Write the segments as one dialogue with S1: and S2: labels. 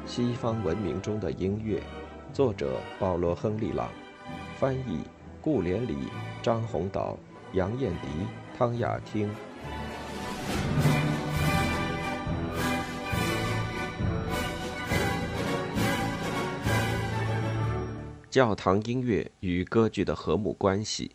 S1: 西方文明中的音乐，作者保罗·亨利·朗，翻译顾连理、张宏导、杨艳迪、汤雅汀。教堂音乐与歌剧的和睦关系。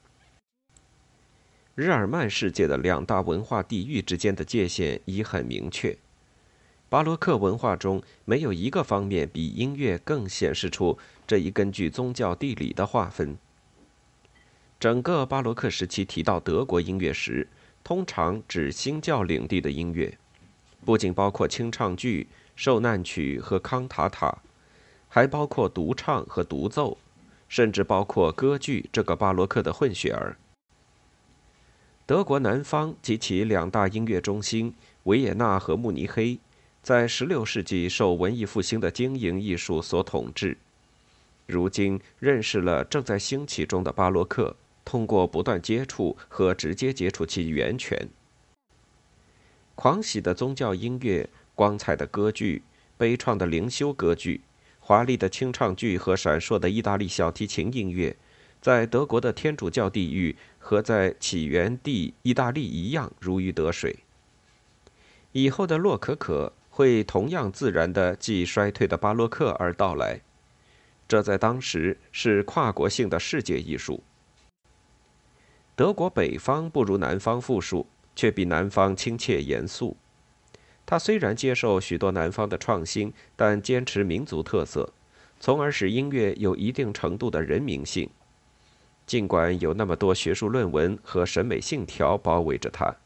S1: 日耳曼世界的两大文化地域之间的界限已很明确。巴洛克文化中没有一个方面比音乐更显示出这一根据宗教地理的划分。整个巴洛克时期提到德国音乐时，通常指新教领地的音乐，不仅包括清唱剧、受难曲和康塔塔，还包括独唱和独奏，甚至包括歌剧这个巴洛克的混血儿。德国南方及其两大音乐中心维也纳和慕尼黑，在16世纪受文艺复兴的经营艺术所统治。如今认识了正在兴起中的巴洛克，通过不断接触和直接接触其源泉。狂喜的宗教音乐、光彩的歌剧、悲怆的灵修歌剧、华丽的清唱剧和闪烁的意大利小提琴音乐，在德国的天主教地域和在起源地意大利一样如鱼得水。以后的洛可可会同样自然地继衰退的巴洛克而到来，这在当时是跨国性的世界艺术。德国北方不如南方富庶，却比南方亲切严肃。它虽然接受许多南方的创新，但坚持民族特色，从而使音乐有一定程度的人民性。尽管有那么多学术论文和审美信条包围着它，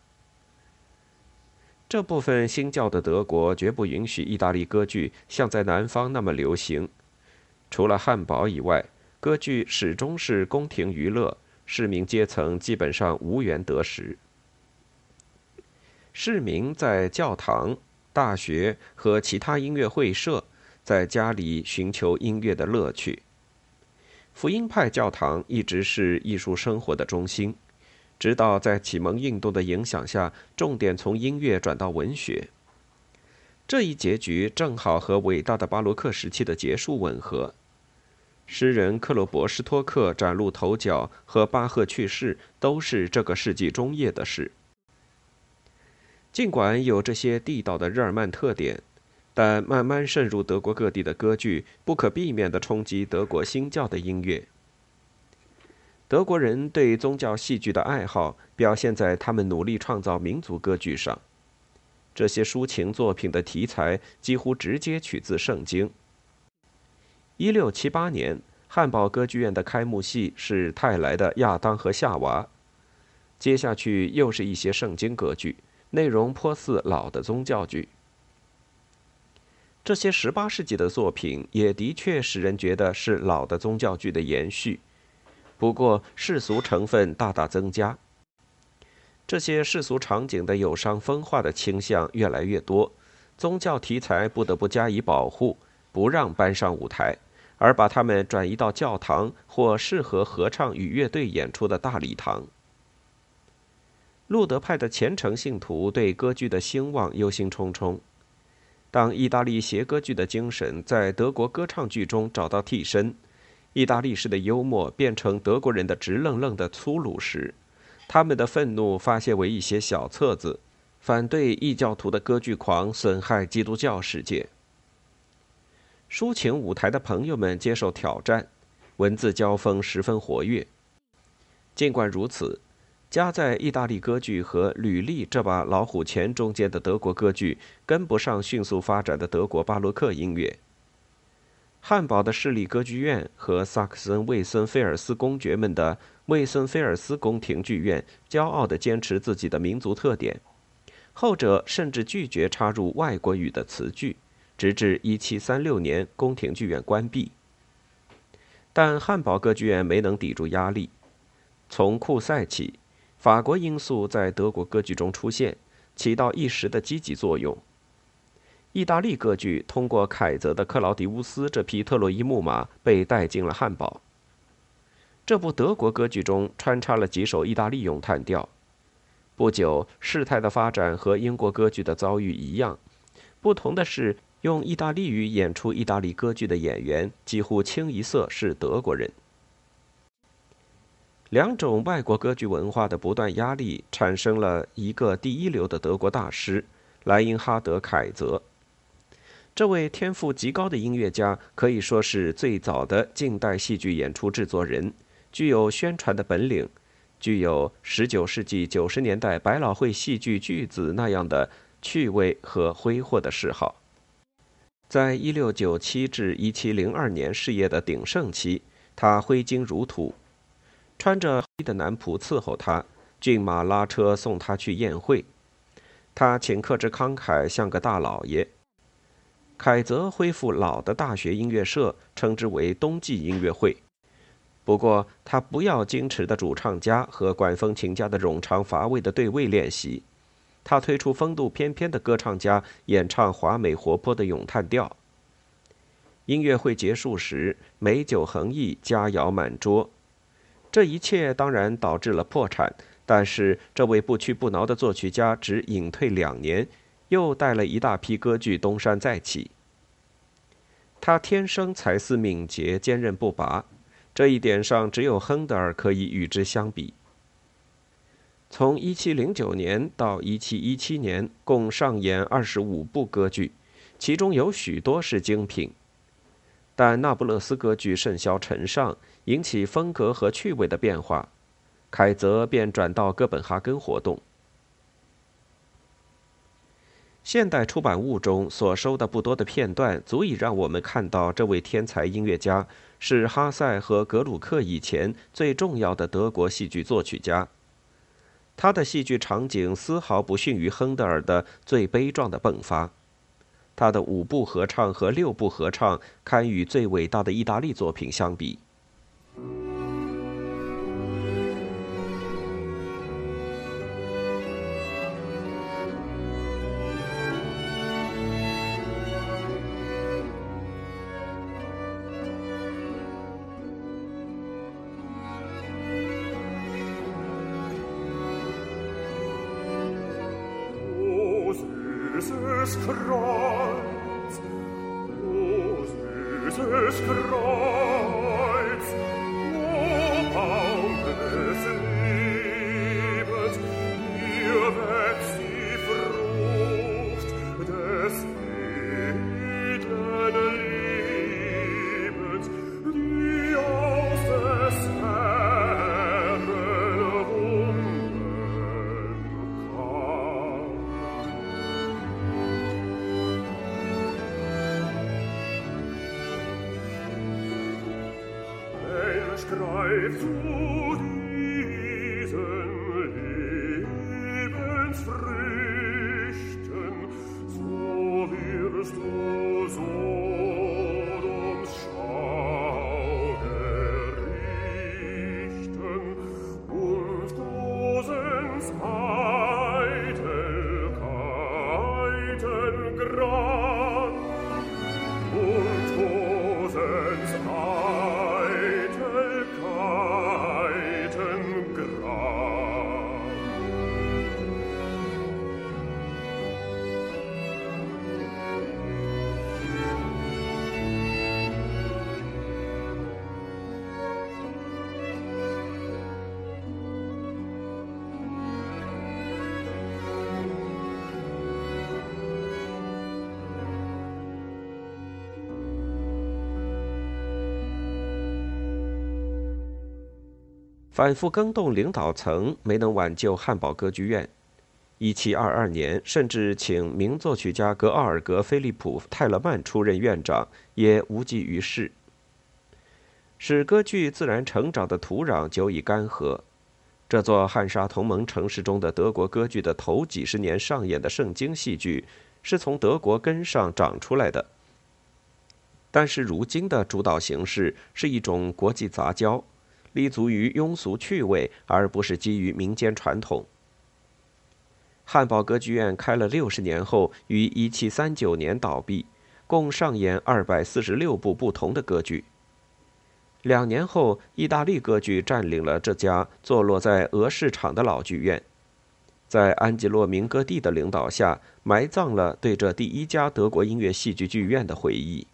S1: 这部分新教的德国绝不允许意大利歌剧像在南方那么流行。除了汉堡以外，歌剧始终是宫廷娱乐，市民阶层基本上无缘得食。市民在教堂、大学和其他音乐会社，在家里寻求音乐的乐趣。福音派教堂一直是艺术生活的中心，直到在启蒙运动的影响下，重点从音乐转到文学。这一结局正好和伟大的巴洛克时期的结束吻合。诗人克洛伯施托克崭露头角和巴赫去世都是这个世纪中叶的事。尽管有这些地道的日耳曼特点，但慢慢渗入德国各地的歌剧不可避免地冲击德国新教的音乐。德国人对宗教戏剧的爱好表现在他们努力创造民族歌剧上。这些抒情作品的题材几乎直接取自圣经。1678年，汉堡歌剧院的开幕戏是泰莱的《亚当和夏娃》，接下去又是一些圣经歌剧，内容颇似老的宗教剧。这些18世纪的作品也的确使人觉得是老的宗教剧的延续，不过世俗成分大大增加。这些世俗场景的有伤风化的倾向越来越多，宗教题材不得不加以保护，不让搬上舞台，而把它们转移到教堂或适合合唱与乐队演出的大礼堂。路德派的虔诚信徒对歌剧的兴旺忧心忡忡。当意大利谐歌剧的精神在德国歌唱剧中找到替身，意大利式的幽默变成德国人的直愣愣的粗鲁时，他们的愤怒发泄为一些小册子，反对异教徒的歌剧狂损害基督教世界。抒情舞台的朋友们接受挑战，文字交锋十分活跃。尽管如此，夹在意大利歌剧和吕利这把老虎钳中间的德国歌剧跟不上迅速发展的德国巴洛克音乐。汉堡的市立歌剧院和萨克森魏森菲尔斯公爵们的魏森菲尔斯宫廷剧院骄傲地坚持自己的民族特点，后者甚至拒绝插入外国语的词句，直至1736年宫廷剧院关闭。但汉堡歌剧院没能抵住压力。从库塞起，法国因素在德国歌剧中出现，起到一时的积极作用。意大利歌剧通过凯泽的克劳迪乌斯这匹特洛伊木马被带进了汉堡。这部德国歌剧中穿插了几首意大利咏叹调。不久，事态的发展和英国歌剧的遭遇一样，不同的是， 用意大利语演出意大利歌剧的演员几乎清一色是德国人。两种外国歌剧文化的不断压力，产生了一个第一流的德国大师莱因哈德·凯泽。这位天赋极高的音乐家可以说是最早的近代戏剧演出制作人，具有宣传的本领，具有19世纪90年代百老汇戏剧巨子那样的趣味和挥霍的嗜好。在1697至1702年事业的鼎盛期，他挥金如土，穿着黑的男仆伺候他，骏马拉车送他去宴会。他请客之慷慨，像个大老爷。凯泽恢复老的大学音乐社，称之为冬季音乐会。不过，他不要矜持的主唱家和管风琴家的冗长乏味的对位练习。他推出风度翩翩的歌唱家演唱华美活泼的咏叹调。音乐会结束时，美酒横溢，佳肴满桌。这一切当然导致了破产，但是这位不屈不挠的作曲家只隐退2年，又带了一大批歌剧东山再起。他天生才思敏捷，坚韧不拔，这一点上只有亨德尔可以与之相比。从1709年到1717年，共上演25部歌剧，其中有许多是精品。但那不勒斯歌剧甚嚣尘上，引起风格和趣味的变化，凯泽便转到哥本哈根活动。现代出版物中所收的不多的片段，足以让我们看到这位天才音乐家是哈塞和格鲁克以前最重要的德国戏剧作曲家。他的戏剧场景丝毫不逊于亨德尔的最悲壮的迸发。他的5部合唱和6部合唱堪与最伟大的意大利作品相比。
S2: süßes Kreuz, o süßes Kreuz, o Baum des Lebens, hier wächst die Frucht des edlen Lebens, die aus des Herrn Wunden kam. Greif zu diesen Lebensfrüchten, so wirst du Sodoms Schauer richten und Gosens Eitelkeiten Gram und Gosens
S1: 反复更动领导层没能挽救汉堡歌剧院。1722年，甚至请名作曲家格奥尔格·菲利普·泰勒曼出任院长，也无济于事。使歌剧自然成长的土壤久已干涸。这座汉莎同盟城市中的德国歌剧的头几十年上演的圣经戏剧，是从德国根上长出来的。但是如今的主导形式是一种国际杂交，立足于庸俗趣味，而不是基于民间传统。汉堡歌剧院开了60年后，于1739年倒闭，共上演246部不同的歌剧。2年后，意大利歌剧占领了这家坐落在俄市场的老剧院。 在安吉洛·明戈蒂的领导下，埋葬了对这第一家德国音乐戏剧剧院的回忆。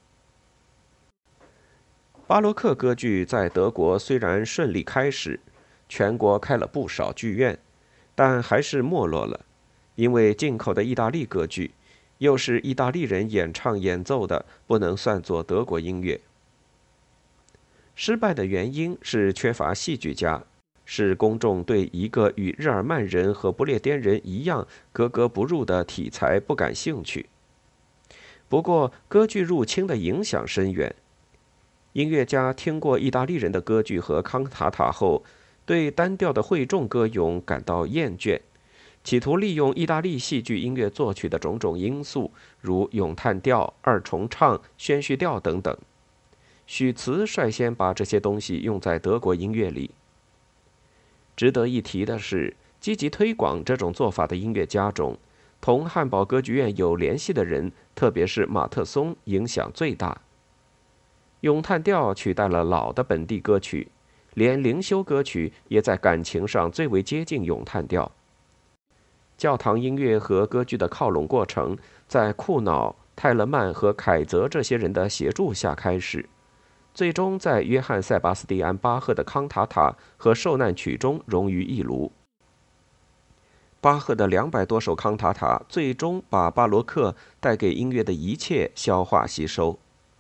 S1: 巴洛克歌剧在德国虽然顺利开始，全国开了不少剧院，但还是没落了，因为进口的意大利歌剧，又是意大利人演唱演奏的，不能算作德国音乐。失败的原因是缺乏戏剧家，是公众对一个与日耳曼人和不列颠人一样格格不入的题材不感兴趣。不过，歌剧入侵的影响深远。音乐家听过意大利人的歌剧和康塔塔后，对单调的会众歌咏感到厌倦，企图利用意大利戏剧音乐作曲的种种因素，如咏叹调、二重唱、宣叙调等等。许茨率先把这些东西用在德国音乐里。值得一提的是，积极推广这种做法的音乐家中，同汉堡歌剧院有联系的人，特别是马特松，影响最大。咏叹调取代了老的本地歌曲，连灵修歌曲也在感情上最为接近咏叹调。教堂音乐和歌剧的靠拢过程，在库瑙、泰勒曼和凯泽这些人的协助下开始，最终在约翰·塞巴斯蒂安·巴赫的康塔塔和受难曲中融于一炉。巴赫的200多首康塔塔最终把巴洛克带给音乐的一切消化吸收，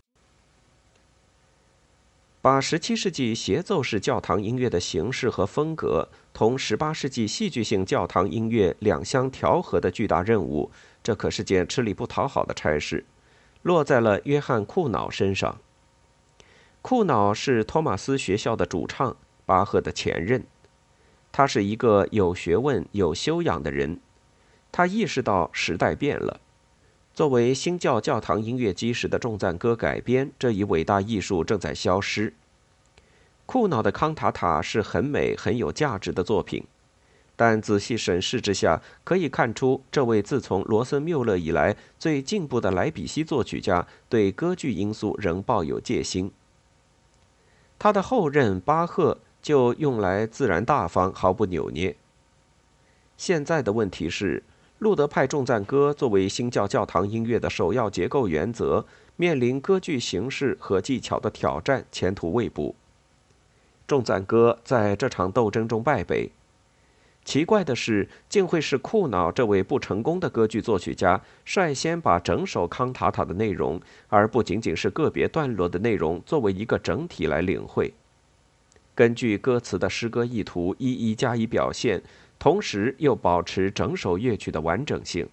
S1: 把17世纪协奏式教堂音乐的形式和风格同18世纪戏剧性教堂音乐两相调和的巨大任务，这可是件吃力不讨好的差事，落在了约翰·库瑙身上。库瑙是托马斯学校的主唱，巴赫的前任。他是一个有学问、有修养的人。他意识到时代变了。作为新教教堂音乐基石的众赞歌改编，这一伟大艺术正在消失。库瑙的康塔塔是很美、很有价值的作品，但仔细审视之下，可以看出这位自从罗森缪勒以来最进步的莱比锡作曲家对歌剧因素仍抱有戒心。他的后任巴赫就用来自然大方，毫不扭捏。现在的问题是，路德派众赞歌作为新教教堂音乐的首要结构原则，面临歌剧形式和技巧的挑战，前途未卜。众赞歌在这场斗争中败北。奇怪的是，竟会是库瑙这位不成功的歌剧作曲家率先把整首康塔塔的内容，而不仅仅是个别段落的内容，作为一个整体来领会，根据歌词的诗歌意图一一加以表现，同时又保持整首乐曲的完整性。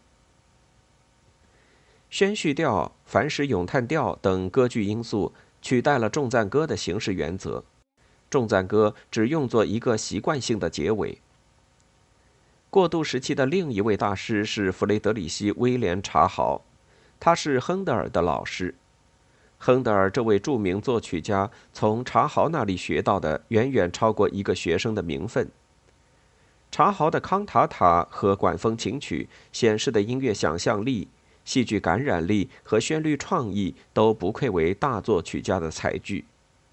S1: 宣叙调、反史咏叹调等歌剧因素取代了众赞歌的形式原则，众赞歌只用作一个习惯性的结尾。过渡时期的另一位大师是弗雷德里希·威廉·查豪，他是亨德尔的老师。亨德尔这位著名作曲家从查豪那里学到的远远超过一个学生的名分。查豪的康塔塔和管风琴曲显示的音乐想象力、戏剧感染力和旋律创意都不愧为大作曲家的才具。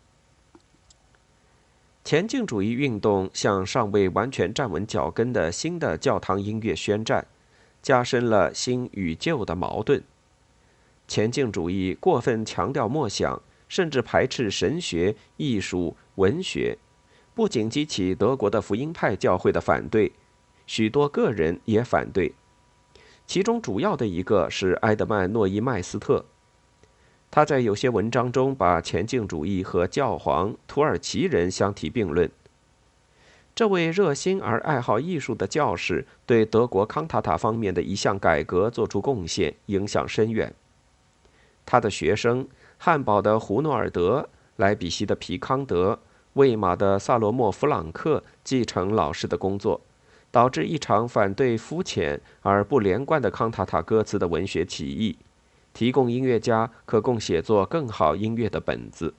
S1: 前进主义运动向尚未完全站稳脚跟的新的教堂音乐宣战，加深了新与旧的矛盾。前进主义过分强调默想，甚至排斥神学、艺术、文学，不仅激起德国的福音派教会的反对，许多个人也反对。其中主要的一个是埃德曼·诺伊麦斯特。他在有些文章中把前进主义和教皇、土耳其人相提并论。这位热心而爱好艺术的教士对德国康塔塔方面的一项改革做出贡献，影响深远。他的学生汉堡的胡诺尔德、莱比锡的皮康德、魏玛的萨罗莫·弗朗克继承老师的工作，导致一场反对肤浅而不连贯的康塔塔歌词的文学起义，提供音乐家可供写作更好音乐的本子。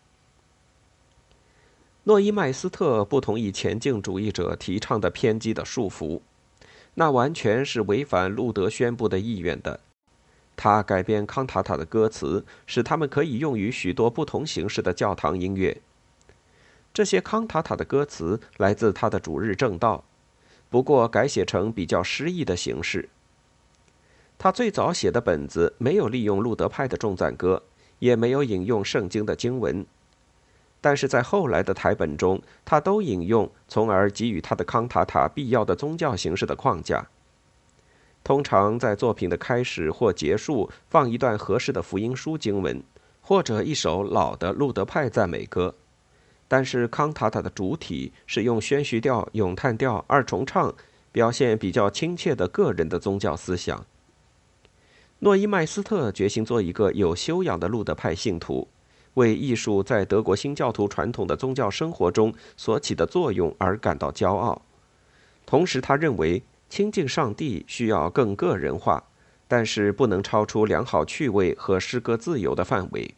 S1: 诺伊麦斯特不同意前进主义者提倡的偏激的束缚，那完全是违反路德宣布的意愿的。他改编康塔塔的歌词，使他们可以用于许多不同形式的教堂音乐。这些康塔塔的歌词来自他的主日正道， 不过改写成比较诗意的形式。他最早写的本子没有利用路德派的众赞歌，也没有引用圣经的经文，但是在后来的台本中，他都引用，从而给予他的康塔塔必要的宗教形式的框架。通常在作品的开始或结束放一段合适的福音书经文，或者一首老的路德派赞美歌。但是康塔塔的主体是用宣叙调、咏叹调、二重唱，表现比较亲切的个人的宗教思想。诺伊麦斯特决心做一个有修养的路德派信徒，为艺术在德国新教徒传统的宗教生活中所起的作用而感到骄傲。同时他认为亲近上帝需要更个人化，但是不能超出良好趣味和诗歌自由的范围。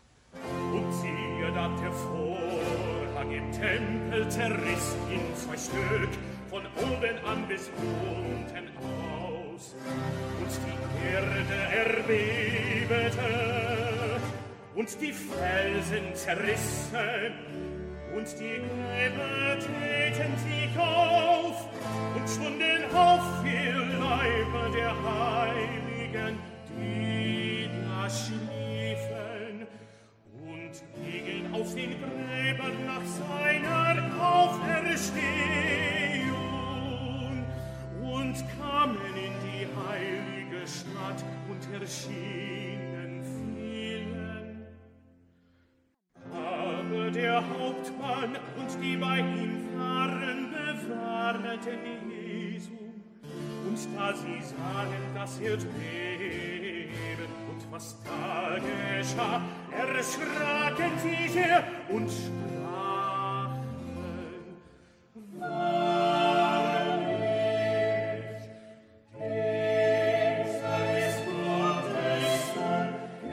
S2: Und die Felsen zerrissen, und die Gräber täten sich auf, und schwunden auf ihr Leiber der Heiligen, die da schliefen, und liegen aus den Gräbern nach seiner Auferstehung, und kamen in die heilige Stadt und erschienen vielen. Aber der Hauptmann und die bei ihm waren, bewahrten Jesu. Und da sie sahen das Erdbeben und was da geschah, erschraken sie sehr und sprachen, wahrlich, dieser ist Gottes Sohn,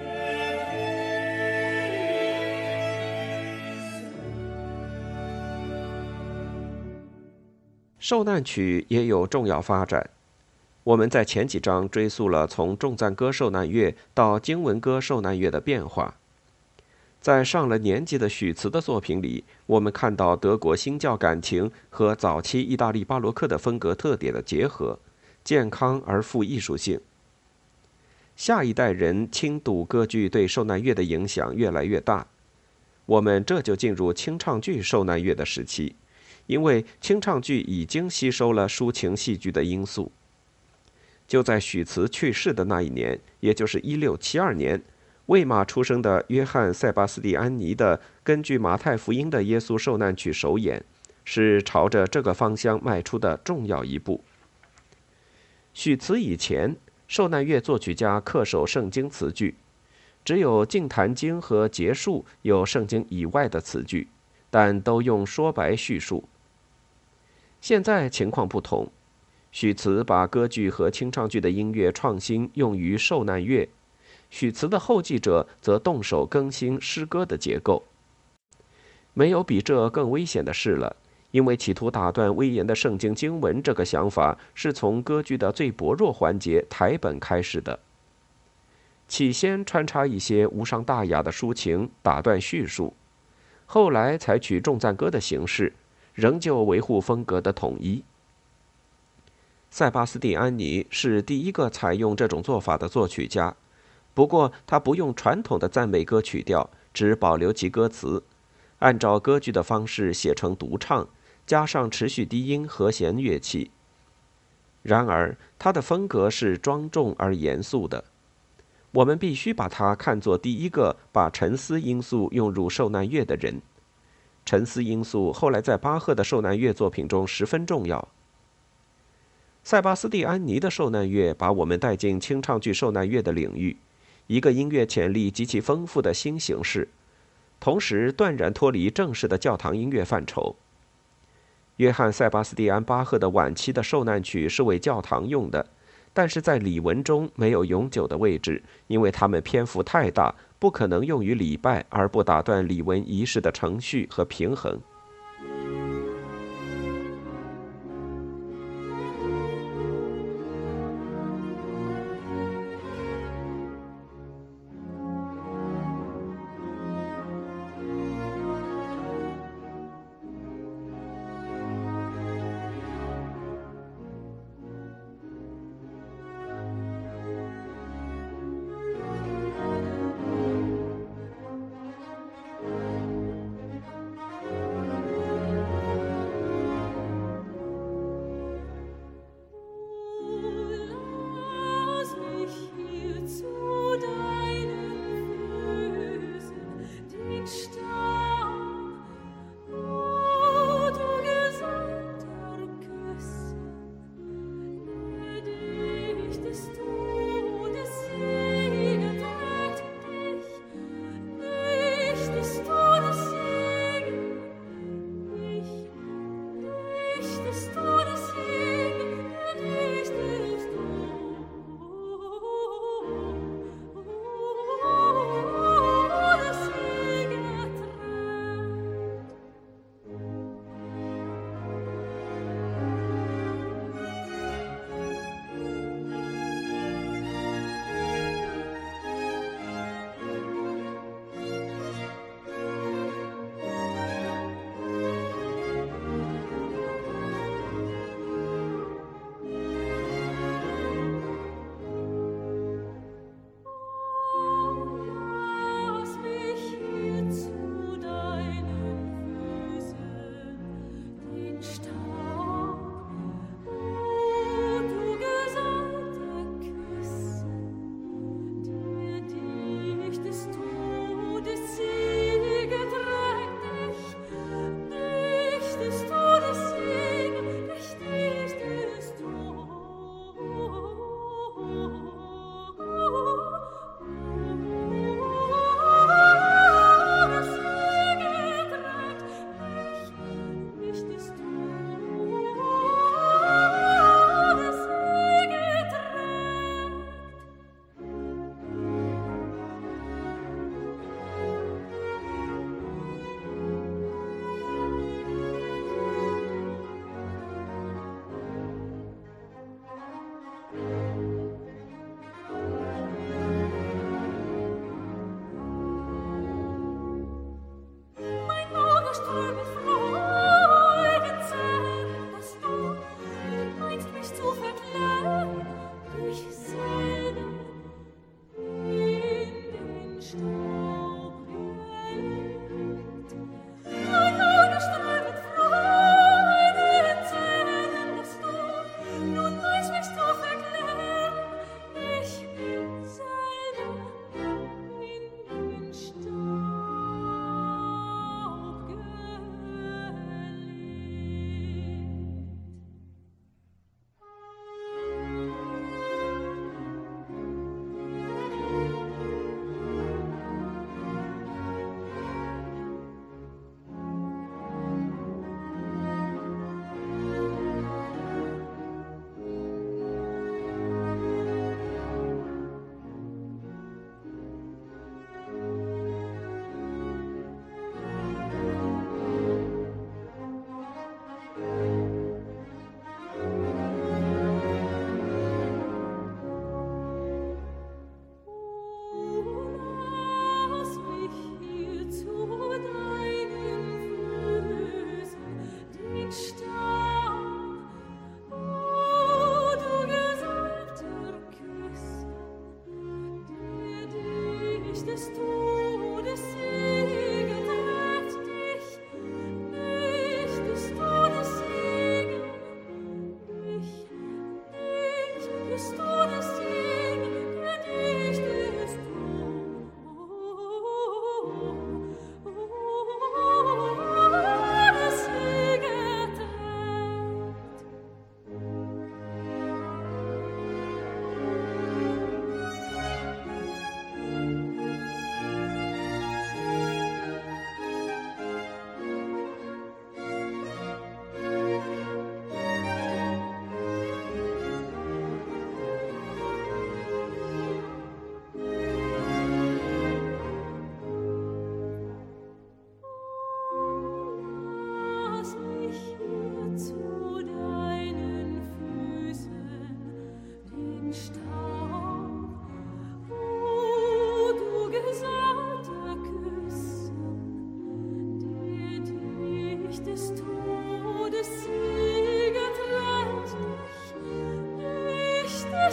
S1: 受难曲也有重要发展。我们在前几章追溯了从众赞歌受难乐到经文歌受难乐的变化。在上了年纪的许茨的作品里，我们看到德国新教感情和早期意大利巴洛克的风格特点的结合，健康而富艺术性。下一代人轻读歌剧对受难乐的影响越来越大，我们这就进入清唱剧受难乐的时期，因为清唱剧已经吸收了抒情戏剧的因素。就在许茨去世的那一年，也就是1672年，魏玛出生的约翰·塞巴斯蒂安尼的根据马太福音的耶稣受难曲首演，是朝着这个方向迈出的重要一步。许茨以前，受难乐作曲家恪守圣经词句，只有净坛经和结束有圣经以外的词句，但都用说白叙述。现在情况不同，许茨把歌剧和清唱剧的音乐创新用于受难乐，许茨的后继者则动手更新诗歌的结构。没有比这更危险的事了，因为企图打断威严的圣经经文这个想法是从歌剧的最薄弱环节台本开始的。起先穿插一些无伤大雅的抒情打断叙述，后来采取众赞歌的形式，仍旧维护风格的统一。塞巴斯蒂安尼是第一个采用这种做法的作曲家，不过他不用传统的赞美歌曲调，只保留其歌词，按照歌剧的方式写成独唱，加上持续低音和弦乐器。然而他的风格是庄重而严肃的，我们必须把他看作第一个把沉思因素用入受难乐的人。沉思因素后来在巴赫的受难乐作品中十分重要。塞巴斯蒂安尼的受难乐把我们带进清唱剧受难乐的领域，一个音乐潜力极其丰富的新形式，同时断然脱离正式的教堂音乐范畴。约翰·塞巴斯蒂安·巴赫的晚期的受难曲是为教堂用的，但是在礼文中没有永久的位置，因为它们篇幅太大，不可能用于礼拜而不打断礼文仪式的程序和平衡。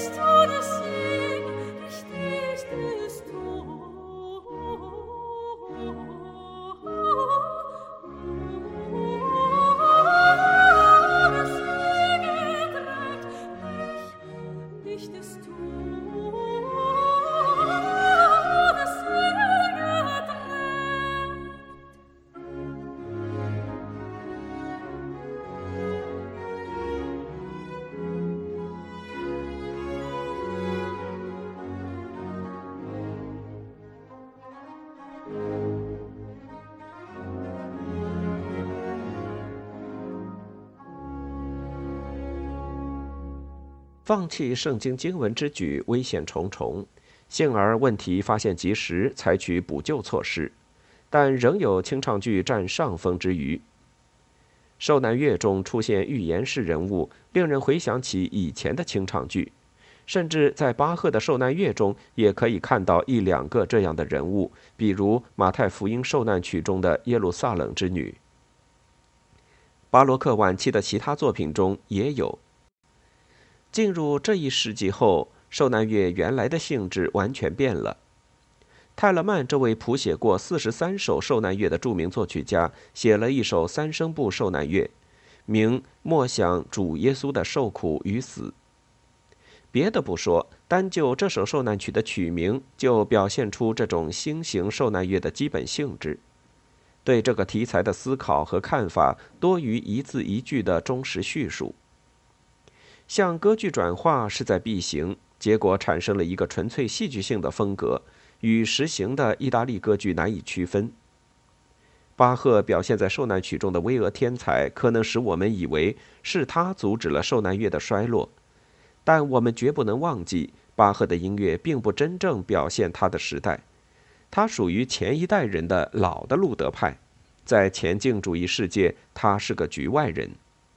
S1: 放弃圣经经文之举危险重重，幸而问题发现及时，采取补救措施，但仍有清唱剧占上风之余。受难乐中出现预言式人物，令人回想起以前的清唱剧，甚至在巴赫的受难乐中也可以看到一两个这样的人物，比如马太福音受难曲中的耶路撒冷之女。巴洛克晚期的其他作品中也有。进入这一世纪后，受难乐原来的性质完全变了。泰勒曼这位谱写过43首受难乐的著名作曲家，写了一首3声部受难乐，名《默想主耶稣的受苦与死》。别的不说，单就这首受难曲的曲名，就表现出这种新型受难乐的基本性质。对这个题材的思考和看法，多于一字一句的忠实叙述。向歌剧转化势在必行，结果产生了一个纯粹戏剧性的风格，与实行的意大利歌剧难以区分。巴赫表现在受难曲中的巍峨天才，可能使我们以为是他阻止了受难乐的衰落，但我们绝不能忘记，巴赫的音乐并不真正表现他的时代，他属于前一代人的老的路德派，在前进主义世界，他是个局外人。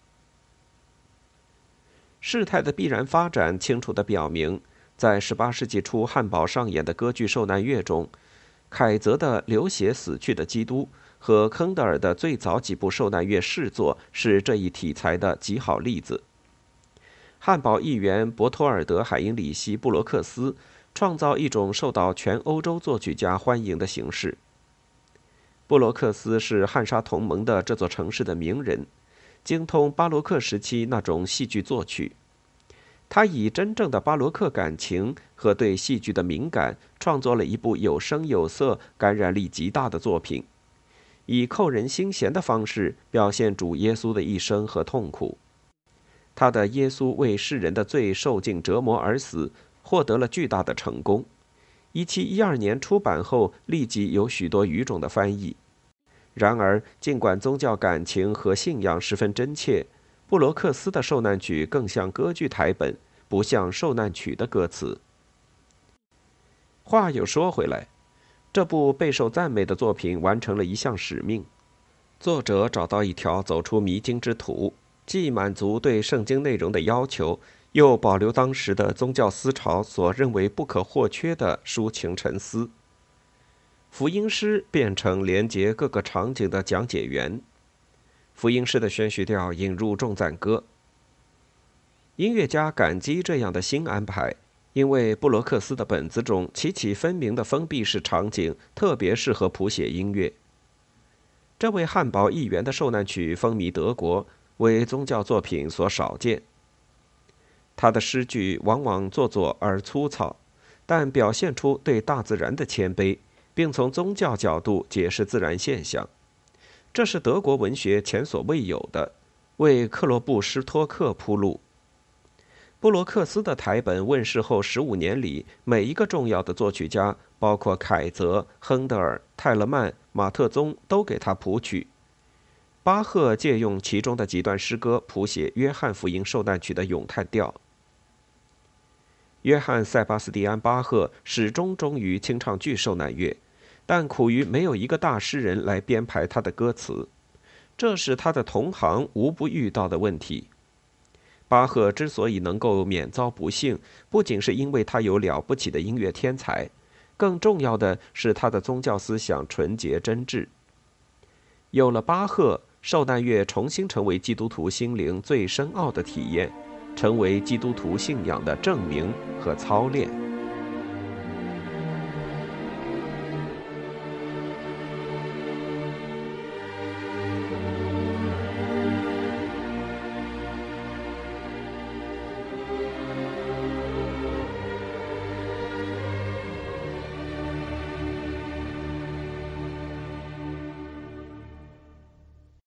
S1: 事态的必然发展清楚地表明，在18世纪初汉堡上演的歌剧受难乐中，凯泽的流血死去的基督和亨德尔的最早几部受难乐试作是这一题材的极好例子。汉堡议员伯托尔德·海因里希·布罗克斯创造一种受到全欧洲作曲家欢迎的形式。布罗克斯是汉莎同盟的这座城市的名人，精通巴洛克时期那种戏剧作曲。他以真正的巴洛克感情和对戏剧的敏感，创作了一部有声有色、感染力极大的作品，以扣人心弦的方式表现主耶稣的一生和痛苦。他的《耶稣为世人的罪受尽折磨而死》获得了巨大的成功。1712年出版后，立即有许多语种的翻译。然而，尽管宗教感情和信仰十分真切，布罗克斯的受难曲更像歌剧台本，不像受难曲的歌词。话又说回来，这部备受赞美的作品完成了一项使命。作者找到一条走出迷津之途，既满足对圣经内容的要求，又保留当时的宗教思潮所认为不可或缺的抒情沉思。福音诗变成连接各个场景的讲解员。福音诗的宣叙调引入众赞歌。音乐家感激这样的新安排，因为布罗克斯的本子中起起分明的封闭式场景特别适合谱写音乐。这位汉堡议员的受难曲风靡德国，为宗教作品所少见。他的诗句往往做作而粗糙，但表现出对大自然的谦卑，并从宗教角度解释自然现象。这是德国文学前所未有的，为克罗布施托克铺路。布罗克斯的台本问世后15年里，每一个重要的作曲家，包括凯泽、亨德尔、泰勒曼、马特宗，都给他谱曲。巴赫借用其中的几段诗歌谱写约翰福音受难曲的咏叹调。约翰·塞巴斯蒂安·巴赫始终忠于清唱剧受难乐，但苦于没有一个大诗人来编排他的歌词，这是他的同行无不遇到的问题。巴赫之所以能够免遭不幸，不仅是因为他有了不起的音乐天才，更重要的是他的宗教思想纯洁真挚。有了巴赫，受难乐重新成为基督徒心灵最深奥的体验， 成为基督徒信仰的证明和操练。